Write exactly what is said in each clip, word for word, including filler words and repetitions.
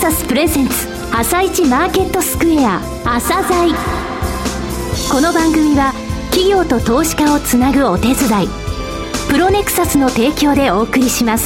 サスプレゼンツ朝市マーケットスクエア朝鮮。この番組は企業と投資家をつなぐお手伝いプロネクサスの提供でお送りします。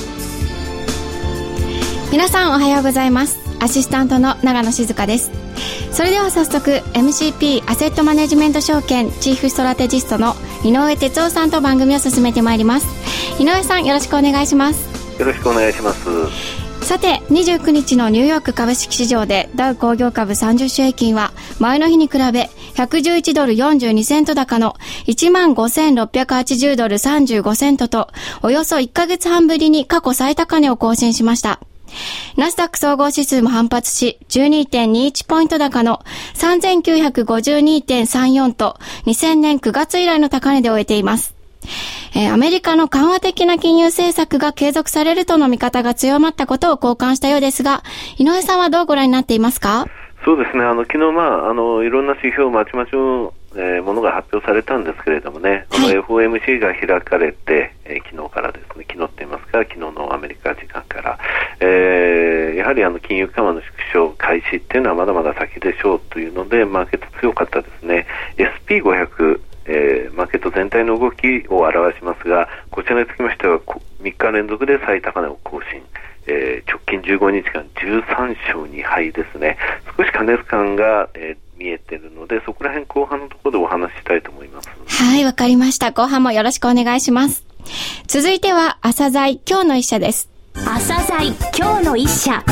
皆さんおはようございます。アシスタントの長野静香です。それでは早速 エムシーピー アセットマネジメント証券チーフストラテジストの井上哲夫さんと番組を進めてまいります。井上さん、よろしくお願いします。 よろしくお願いします。 さて、にじゅうくにちのニューヨーク株式市場でダウ工業株さんじゅう種平均は前の日に比べひゃくじゅういちドルよんじゅうにセント高の いちまんごせんろっぴゃくはちじゅうドルさんじゅうごセントとおよそいっかげつはんぶりに過去最高値を更新しました。ナスダック総合指数も反発し じゅうにてんにいち ポイント高の さんぜんきゅうひゃくごじゅうにてんさんよん とにせんねんくがつ以来の高値で終えています。えー、アメリカの緩和的な金融政策が継続されるとの見方が強まったことを好感したようですが、井上さんはどうご覧になっていますか？ そうですね、あの昨日、まあ、あのいろんな指標まちまちの、えー、ものが発表されたんですけれどもね、はい、あの エフオーエムシー が開かれて、えー、昨日からですね、昨日って言いますか、昨日のアメリカ時間から、えー、やはりあの金融緩和の縮小開始っていうのはまだまだ先でしょうというので、マーケット強かったですね。 エスピーごひゃくえー、マーケット全体の動きを表しますが、こちらにつきましてはみっか連続で最高値を更新、えー、直近じゅうごにちかんじゅうさんしょうにはいですね。少し過熱感が、えー、見えているので、そこら辺後半のところでお話ししたいと思います。 はい、わかりました。後半もよろしくお願いします。続いては朝鮮今日の一社です。 朝鮮今日の一社。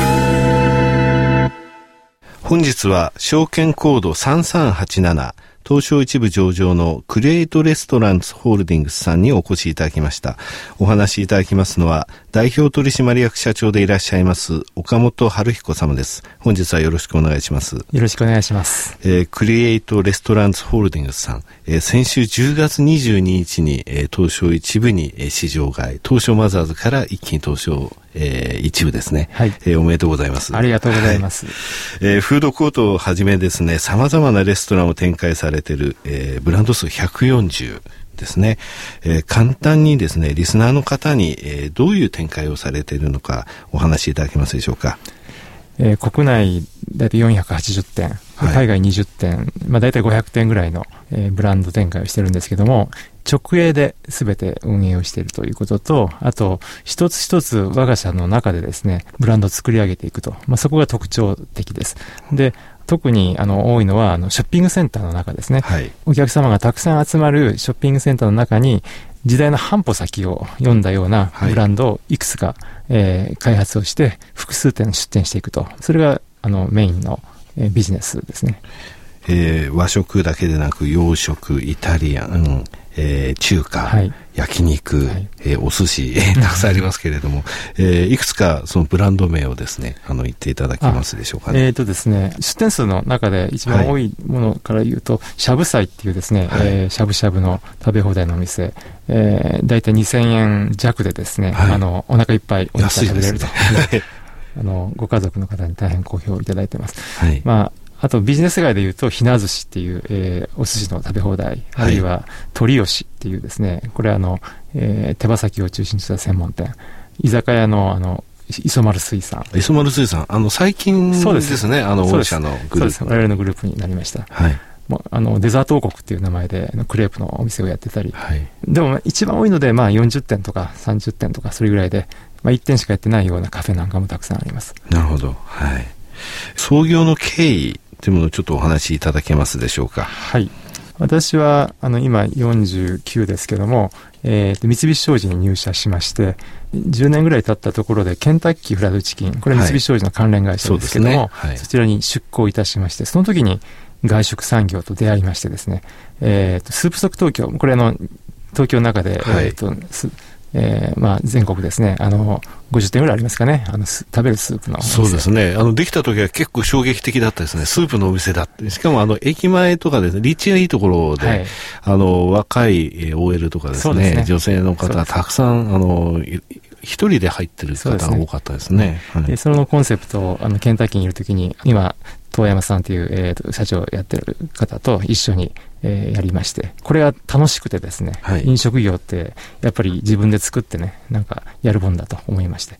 本日は証券コードさんさんはちなな東証一部上場のクリエイトレストランツホールディングスさんにお越しいただきました。お話しいただきますのは代表取締役社長でいらっしゃいます岡本春彦様です。本日はよろしくお願いします。よろしくお願いします。 えー、クリエイトレストランツホールディングスさん、えー、先週じゅうがつにじゅうににちに、えー、東証一部に、えー、市場外東証マザーズから一気に東証えー、一部ですね、はい、えー、おめでとうございます。 ありがとうございます。 はい、えー、フードコートをはじめですね、様々なレストランを展開されている、えー、ブランド数ひゃくよんじゅうですね。えー、簡単にですね、リスナーの方に、えー、どういう展開をされているのかお話しいただけますでしょうか。 えー、国内だいたいよんひゃくはちじゅってん、はい、海外にじゅってん、まあ、だいたいごひゃくてんぐらいの、えー、ブランド展開をしてるんですけども、直営で全て運営をしているということと、あと一つ一つ我が社の中でですねブランドを作り上げていくと、まあ、そこが特徴的です。で、特にあの多いのはあのショッピングセンターの中ですね、はい、お客様がたくさん集まるショッピングセンターの中に時代の半歩先を読んだようなブランドをいくつか、はい、えー、開発をして複数店出店していくと、それがあのメインの、えー、ビジネスですね。 えー、和食だけでなく洋食、イタリアン、うんえー、中華、はい、焼肉、はい、えー、お寿司、えー、たくさんありますけれども、えー、いくつかそのブランド名をですね、あの言っていただけますでしょうかね。 えーとですね、出店数の中で一番多いものから言うと、はい、しゃぶ祭っていうですね、はい、えー、しゃぶしゃぶの食べ放題のお店、えー、だいたいにせんえんじゃくでですね、はい、あのお腹いっぱいお肉が食べれると、ね、あのご家族の方に大変好評いただいています。はい、まああとビジネス街でいうとひな寿司っていう、えー、お寿司の食べ放題、はい、あるいは鳥吉っていうですね、これはあの、えー、手羽先を中心とした専門店、居酒屋のあの磯丸水産、 磯丸水産、あの最近ですね、あの御社のグループ、そうです、 我々のグループになりました。はい、もうあのデザート王国っていう名前でクレープのお店をやってたり、はい、でも一番多いのでまあよんじゅってんとかさんじゅってんとかそれぐらいで、まあ、いってんしかやってないようなカフェなんかもたくさんあります。 なるほど。はい。創業の経緯というものをちょっとお話しいただけますでしょうか。 はい。私はあの今よんじゅうきゅうですけども、えー、と三菱商事に入社しまして、じゅうねんぐらい経ったところでケンタッキーフライドチキン、これ三菱商事の関連会社ですけども、はい、 そ, ねはい、そちらに出向いたしまして、その時に外食産業と出会いましてですね、えー、とスープソック東京、これあの東京の中で、はい、えーとえーまあ、全国ですね、あのごじゅってんぐらいありますかね、あの食べるスープのお店。 そうですね、あのできた時は結構衝撃的だったですね。スープのお店だって、しかもあの駅前とかですね、立地がいいところで、はい、あの若い オーエル とかですね、ですね、女性の方がたくさんあの一人で入ってる方が多かったですね。 そ, で、ねはい、そのコンセプトをあのケンタッキーにいるときに、今遠山さんという、えー、社長をやってる方と一緒に、えー、やりまして、これが楽しくてですね、はい、飲食業ってやっぱり自分で作ってね、なんかやるもんだと思いまして、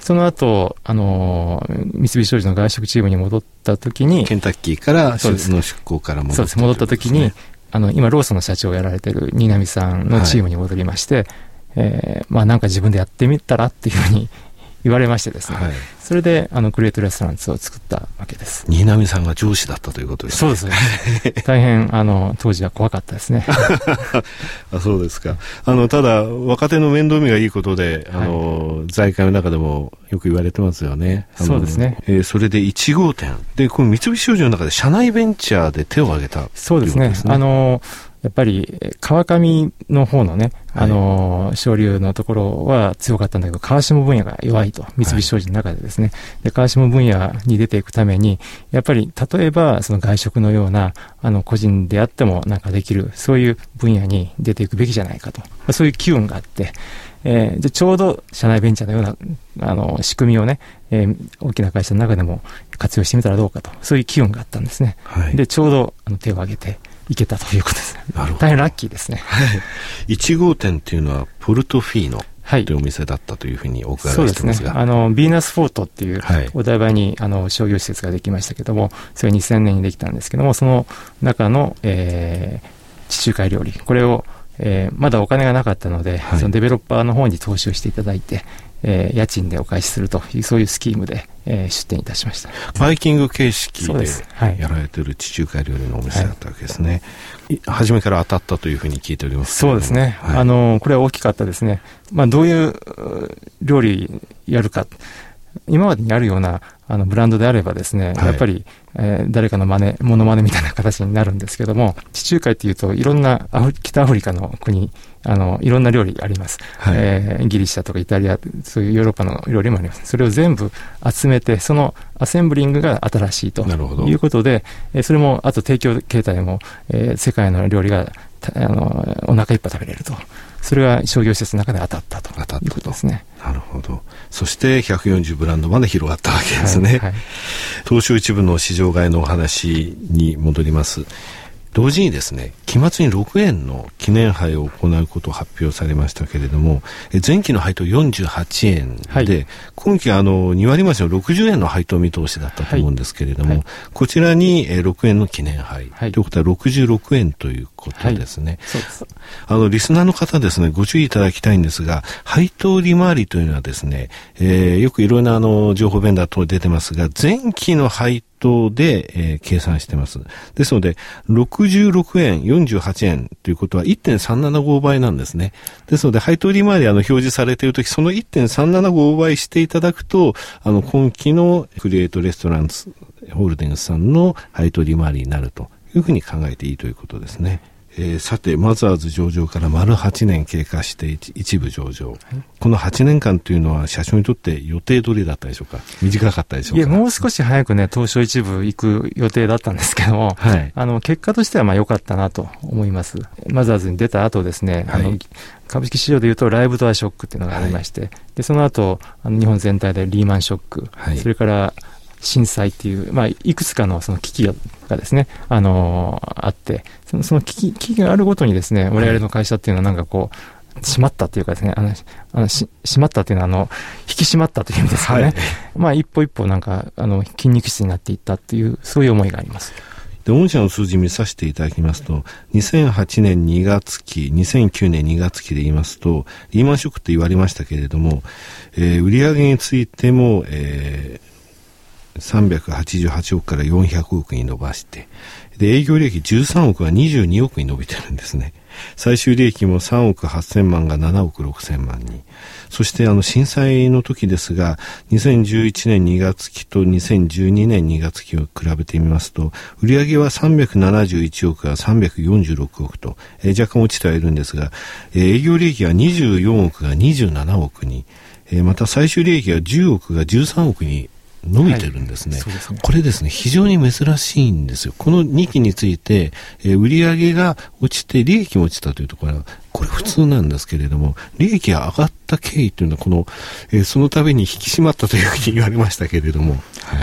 その後、あの、三菱商事の外食チームに戻った時に、 ケンタッキーからそうですの出向から戻った、 そうです。戻った時に、あの、今、ローソンの社長をやられている新浪さんのチームに戻りまして、はい、えー、まあなんか自分でやってみたらっていうふうに言われましてですね、はい、それであのグレートレストランツを作ったわけです。 新浪さんが上司だったということですね。 そうです大変あの当時は怖かったですねあ、そうですか。あのただ若手の面倒見がいいことで、あの、はい、財界の中でもよく言われてますよね。 そうですね、 えー、それでいち号店で、この三菱商事の中で社内ベンチャーで手を挙げた、 そうですね。あのやっぱり川上の方のね、あの、はい、昇竜のところは強かったんだけど、川下分野が弱いと、三菱商事の中でですね。はい、で、川下分野に出ていくために、やっぱり例えばその外食のような、あの、個人であってもなんかできる、そういう分野に出ていくべきじゃないかと。そういう機運があって、えー、でちょうど社内ベンチャーのような、あの、仕組みをね、えー、大きな会社の中でも活用してみたらどうかと、そういう機運があったんですね。はい、で、ちょうどあの手を挙げて、いけたということです。なるほど。大変ラッキーですね。 いち号店っていうのはポルトフィーノというお店だったというふうにお伺いしてますが、 そうですね。あのビーナスフォートっていうお台場にあの商業施設ができましたけども、それにせんねんにできたんですけども、その中の、えー、地中海料理、これを、えー、まだお金がなかったので、はい、そのデベロッパーの方に投資をしていただいて、えー、家賃でお返しするというそういうスキームで、えー、出店いたしました。 バイキング形式でやられている地中海料理のお店だったわけですね。はい、初めから当たったというふうに聞いております。 そうですね。はい、あのこれは大きかったですね。まあどういう料理やるか。今までにあるようなあのブランドであればですね、はい、やっぱり、えー、誰かの真似、モノマネみたいな形になるんですけども、地中海っていうといろんなアフ北アフリカの国、あのいろんな料理あります、はい、えー、ギリシャとかイタリア、そういうヨーロッパの料理もあります。それを全部集めて、そのアセンブリングが新しいということで、えー、それもあと提供形態も、えー、世界の料理があのお腹いっぱい食べれると。それが商業施設の中で当たったということですね。 なるほど。そしてひゃくよんじゅうブランドまで広がったわけですね。はいはい、東証一部の市場外のお話に戻ります。同時にですね、期末にろくえんの記念杯を行うことを発表されましたけれども、前期の配当よんじゅうはちえんで、はい、今期はあのに割増しのろくじゅうえんの配当見通しだったと思うんですけれども、はいはい、こちらにろくえんの記念杯、はい、ということはろくじゅうろくえんということですね。はい、そうです。あのリスナーの方ですね、ご注意いただきたいんですが、配当利回りというのはですね、えー、よくいろいろなあの情報ベンダー等出てますが、前期の配当で、えー、計算してます。ですので、ろくじゅうろくえん、よんじゅうはちえんということは いってんさんななご 倍なんですね。ですので、配当利回りあの表示されているとき、その いってんさんななご 倍していただくと、あの、今期のクリエイトレストランツホールディングスさんの配当利回りになるというふうに考えていいということですね。えー、さてマザーズ上場から丸はちねん経過して一部上場、はい、このはちねんかんというのは社長にとって予定通りだったでしょうか、短かったでしょうか。 いや、もう少し早くね東証一部行く予定だったんですけども、はい、あの結果としてはまあ良かったなと思います。マザーズに出た後ですね、はい、あの株式市場でいうとライブドアショックっていうのがありまして、はい、でその後あの日本全体でリーマンショック、はい、それから震災っていう、まあ、いくつかのその危機がですね、あのー、あって、その、その危機、危機があるごとにですね、我々の会社っていうのはなんかこう、締まったっていうかですね、あの、あのし締まったっていうのは、あの、引き締まったという意味ですかね。はい、まあ、一歩一歩なんか、あの、筋肉質になっていったっていう、そういう思いがあります。 で、御社の数字見させていただきますと、にせんはちねんにがつき、にせんきゅうねんにがつきで言いますと、リーマンショックって言われましたけれども、えー、売上についても、えーさんびゃくはちじゅうはちおくからよんひゃくおくに伸ばして、で、営業利益じゅうさんおくがにじゅうにおくに伸びてるんですね。最終利益もさんおくはっせんまんがななおくろくせんまんに。そしてあの震災の時ですが、にせんじゅういちねんにがつきとにせんじゅうにねんにがつきを比べてみますと、売上はさんびゃくななじゅういちおくがさんびゃくよんじゅうろくおくと、えー、若干落ちてはいるんですが、えー、営業利益はにじゅうよんおくがにじゅうななおくに、えー、また最終利益はじゅうおくがじゅうさんおくに伸びてるんですね。はい、そうですね。これですね、非常に珍しいんですよ。このにきについて、えー、売上が落ちて利益も落ちたというところは、これ普通なんですけれども、利益が上がった経緯というのは、この、えー、その度に引き締まったというふうに言われましたけれども、はい。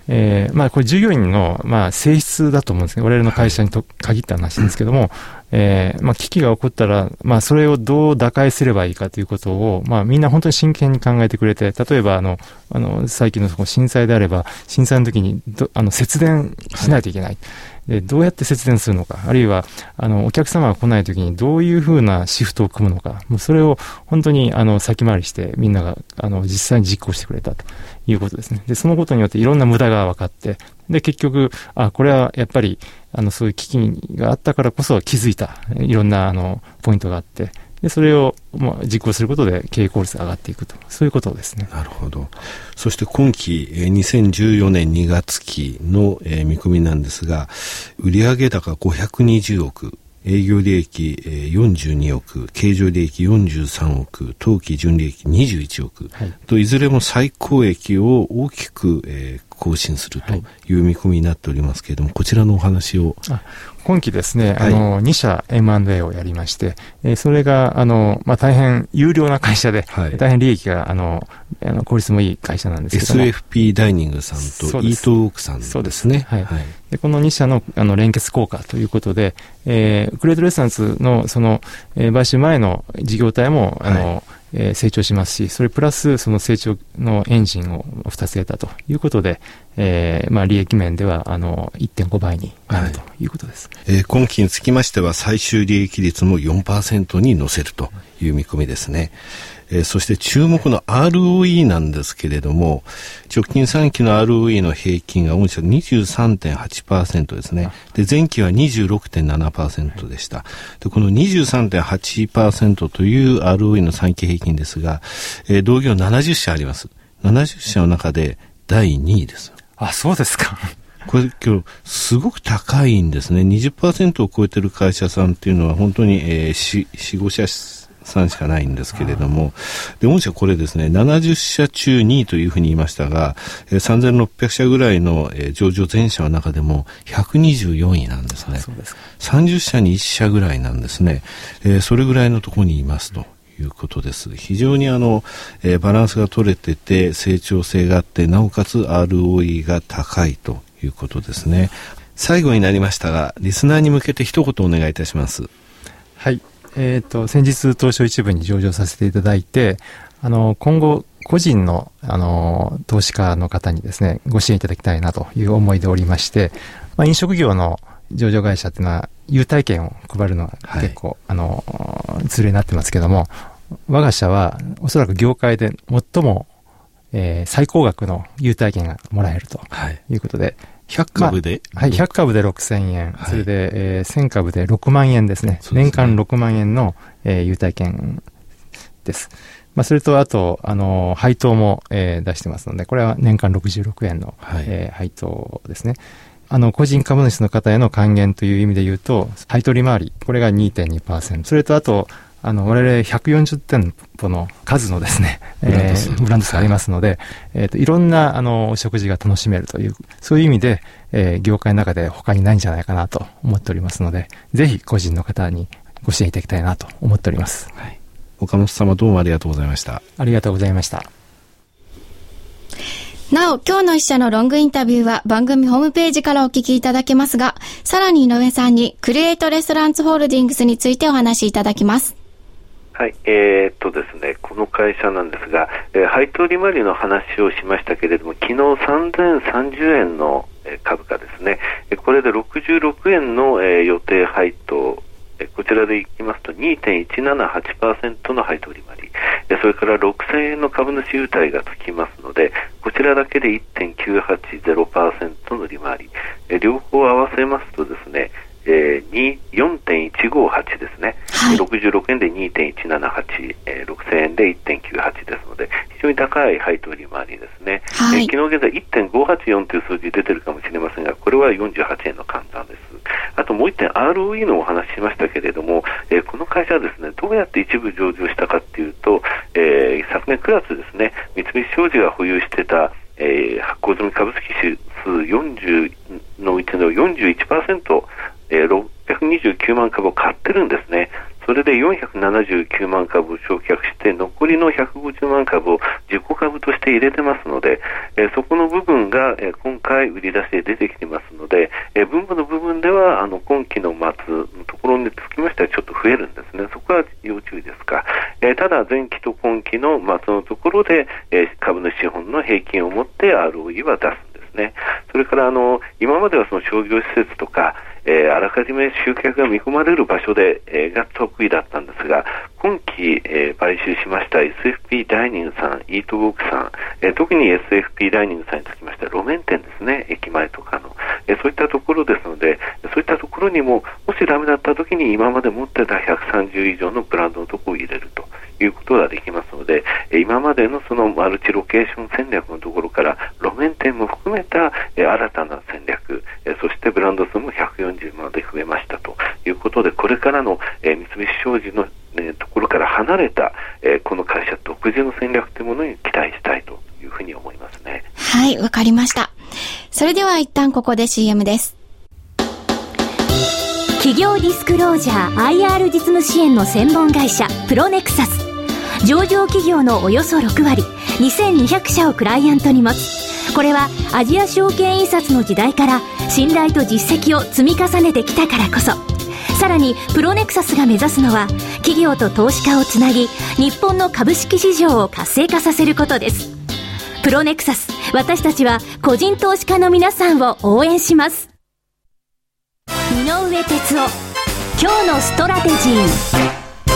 えー、まあこれ従業員のまあ性質だと思うんですけど、我々の会社にと限った話ですけども、はい、えー、まあ危機が起こったら、まあそれをどう打開すればいいかということを、まあみんな本当に真剣に考えてくれて、例えばあの、あの、最近のその震災であれば、震災の時にどあの節電しないといけない。はい、でどうやって節電するのか、あるいはあのお客様が来ないときにどういうふうなシフトを組むのか、もうそれを本当にあの先回りしてみんながあの実際に実行してくれたということですね。でそのことによっていろんな無駄が分かって、で結局あこれはやっぱりあのそういう危機があったからこそ気づいたいろんなあのポイントがあって、でそれをまあ実行することで経営効率が上がっていくと、そういうことですね。 なるほど。そして今期にせんじゅうよねんにがつ期の見込みなんですが、売上高ごひゃくにじゅうおく、営業利益よんじゅうにおく、経常利益よんじゅうさんおく、当期純利益にじゅういちおく、はい、といずれも最高益を大きく、えー、更新するという見込みになっておりますけれども、こちらのお話を。 あ今期ですね、あの、はい、に社 エムアンドエー をやりまして、えー、それが、あの、まあ、大変有料な会社で、はい、大変利益が、あの、あの効率もいい会社なんですけども。 エスエフピー ダイニングさんとイートウォークさんですね。そうですね。 はい。はい、でこのに社の、あの、連結効果ということで、えー、クレートレッサンスの、その、えー、買収前の事業体も、あの、はいえー、成長しますし、それプラスその成長のエンジンをふたつ得たということで、えー、まあ利益面ではあの いってんごばいになるということです。 はいえー、今期につきましては最終利益率も よんパーセント に乗せるという見込みですね。えー、そして注目の アールオーイー なんですけれども、直近さんきの アールオーイー の平均が御社 にじゅうさんてんはちパーセント ですね。で、前期は にじゅうろくてんななパーセント でした。で、この にじゅうさんてんはちパーセント という アールオーイー のさんき平均ですが、えー、同業ななじゅっ社あります。ななじゅっ社の中でだいにいです。 あ、そうですか。 これ今日すごく高いんですね。にじゅっパーセント を超えてる会社さんっていうのは本当に、えー、よん、ご社さんしかないんですけれども、で、御社これですね、ななじゅっ社中にいというふうに言いましたが、えー、さんぜんろっぴゃく社ぐらいの、えー、上場全社の中でもひゃくにじゅうよんいなんですね。そうですか。さんじゅっ社にいち社ぐらいなんですね。えー、それぐらいのところにいますと。いうことです。非常にあの、えー、バランスが取れてて成長性があって、なおかつ アールオーイー が高いということですね。最後になりましたが、リスナーに向けて一言お願いいたします。 はい。えっと、先日東証一部に上場させていただいて、あの、今後個人のあの、投資家の方にですね、ご支援いただきたいなという思いでおりまして、まあ、飲食業の上場会社っていうのは優待券を配るのは結構、はい、あの通例になってますけども、我が社はおそらく業界で最も、えー、最高額の優待券がもらえるということで、はい、 ひゃく株で、 まあ、はい、ひゃく株でろくせんえん、はい、それで、えー、せん株でろくまんえんですね。ですね、年間ろくまんえんの、えー、優待券です。まあ、それとあと、あの配当も、えー、出してますので、これは年間ろくじゅうろくえんの、はいえー、配当ですね。あの、個人株主の方への還元という意味で言うと、配当利回り、これが にてんにパーセント。それとあと、あの、我々ひゃくよんじゅってんぽの数のですね、ブランド数、えー、ブランド数がありますので、はい、えっと、いろんな、あの、お食事が楽しめるという、そういう意味で、えー、業界の中で他にないんじゃないかなと思っておりますので、ぜひ個人の方にご支援いただきたいなと思っております。はい。 岡本様どうもありがとうございました。 ありがとうございました。 なお、今日の一社のロングインタビューは番組ホームページからお聞きいただけますが、さらに井上さんにクリエイトレストランツホールディングスについてお話しいただきます。 はい、えー、っとですね、この会社なんですが、えー、配当利回りの話をしましたけれども、昨日さんぜんさんじゅうえんの、えー、株価ですね、これでろくじゅうろくえんの、えー、予定配当、こちらでいきますと にてんいちななはちパーセント の配当利回り、それからろくせんえんの株主優待がつきますので、こちらだけで いってんきゅうはちゼロパーセント の利回り、両方合わせますとですね、えー、よんてんいちごはち ですね、はい、ろくじゅうろくえんで にてんいちななはち、えー、ろくせんえんで いってんきゅうはち ですので、非常に高い配当利回りですね、はい、えー、昨日現在 いってんごはちよん という数字出てるかもしれませんが、これはよんじゅうはちえんの換算です。あともう一点 アールオーイー のお話ししましたけれども、えー、この会社はですね、どうやって一部上場したかっていうと、えー、昨年くがつですね、三菱商事が保有してた、えー、発行済み株式指数よんじゅうのうちの よんじゅういちパーセントえー、ろっぴゃくにじゅうきゅうまんかぶを買ってるんですね。それでよんひゃくななじゅうきゅうまんかぶを償却して残りのひゃくごじゅうまんかぶを自己株として入れてますので、えー、そこの部分が、えー、今回売り出しで出てきてますので、えー、分母の部分ではあの今期の末のところにつきましてはちょっと増えるんですね。そこは要注意ですが、えー、ただ前期と今期の末のところで、えー、株主資本の平均をもって アールオーイー は出すんですね。それからあの今まではその商業施設とかえー、あらかじめ集客が見込まれる場所で、えー、が得意だったんですが、今期、えー、買収しました エスエフピー ダイニングさん、イートウォークさん、えー、特に エスエフピー ダイニングさんにつきましては路面店ですね、駅前とかの、えー、そういったところですので、そういったところにももしダメだった時に今まで持ってたひゃくさんじゅう以上のブランドのところを入れるということができますので、今までのそのマルチロケーション戦略のところから路面店も含めた新たな戦略、そしてブランド数もひゃくよんじゅうまで増えましたということで、これからの三菱商事のところから離れたこの会社独自の戦略というものに期待したいというふうに思いますね。 はい、わかりました。それでは一旦ここで シーエム です。 企業ディスクロージャー アイアール 実務支援の専門会社プロネクサス。上場企業のおよそろくわり、にせんにひゃくしゃをクライアントに持つ。これはアジア証券印刷の時代から信頼と実績を積み重ねてきたからこそ。さらにプロネクサスが目指すのは企業と投資家をつなぎ、日本の株式市場を活性化させることです。プロネクサス、私たちは個人投資家の皆さんを応援します。井上哲夫、今日のストラテジー。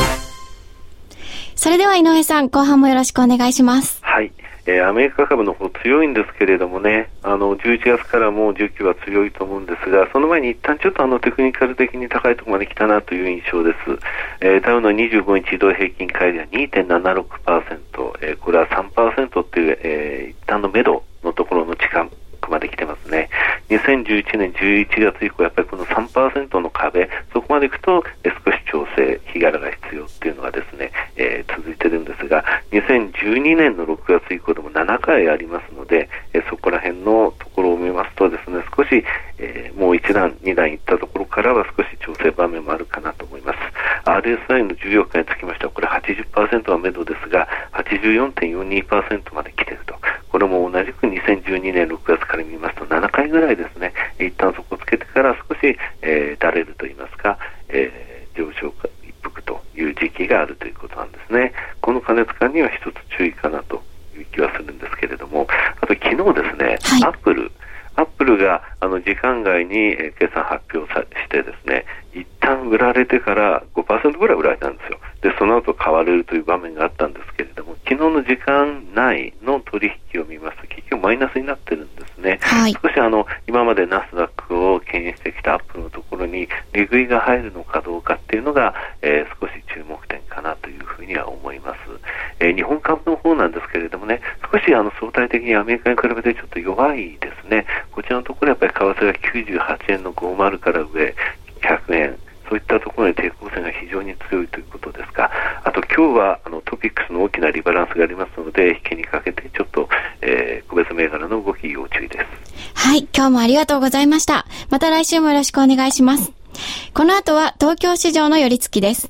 それでは井上さん、後半もよろしくお願いします。 はい、えー、アメリカ株の方強いんですけれどもね、あのじゅういちがつからもうじゅうきゅうは強いと思うんですが、その前に一旦ちょっとあのテクニカル的に高いところまで来たなという印象です。えー、ダウのにじゅうごにち移動平均乖離は にてんななろくパーセント、えー、これは さんパーセント っていう、えー、一旦の目処のところの近くまで来てますね。にせんじゅういちねんじゅういちがつ以降やっぱりこの さんパーセント の壁、そこまでいくと、えー、少し調整日柄が必要っていうのがですね、えー、続いてるんですが、にせんじゅうにねんのろくがつ以降でもななかいありますので、えー、そこら辺のところを見ますとですね、少し、えー、もういち段に段いったところからは少し調整場面もあるかなと思います。 アールエスアイ のじゅうよっかにつきましてはこれ はちじゅっパーセント は目処ですが はちじゅうよんてんよんにパーセント まで来ていると。これも同じくにせんじゅうにねんろくがつから見ますとななかいぐらいですね、一旦そこをつけてから少し、えー、だれるといいますか、えー、上昇か一服という時期があるということなんですね。この過熱感には一つ注意かなという気はするんですけれども、あと昨日ですね、はい、アップルアップルがあの時間外に、えー、決算発表さしてですね、一旦売られてから ごパーセント ぐらい売られたんですよ。でその後買われるという場面があったんですけれども、昨日の時間内の取引を見ますと結局マイナスになってるんですね。はい、少しあの今までナスダックを牽引してきたアップルのところに利食いが入るのかどうかっていうのが、えー、少し注目点かなというふうには思います。えー、日本株の方なんですけれどもね、少しあの相対的にアメリカに比べてちょっと弱いですね。こちらのところやっぱり為替がきゅうじゅうはちえんのごじゅうから上ひゃくえん、そういったところに抵抗線が非常に強いということですが、あと今日はあのトピックスの大きなリバランスがありますので、引けにかけてちょっと、えー、個別銘柄の動き要注意です。 はい、今日もありがとうございました。また来週もよろしくお願いします。この後は東京市場の寄り付きです。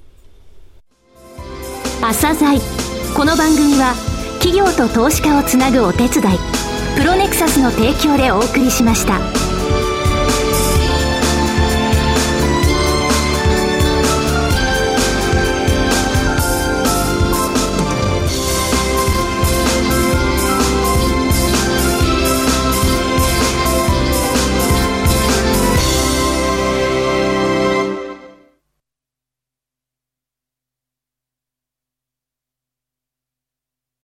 朝鮮。この番組は企業と投資家をつなぐお手伝い、プロネクサスの提供でお送りしました。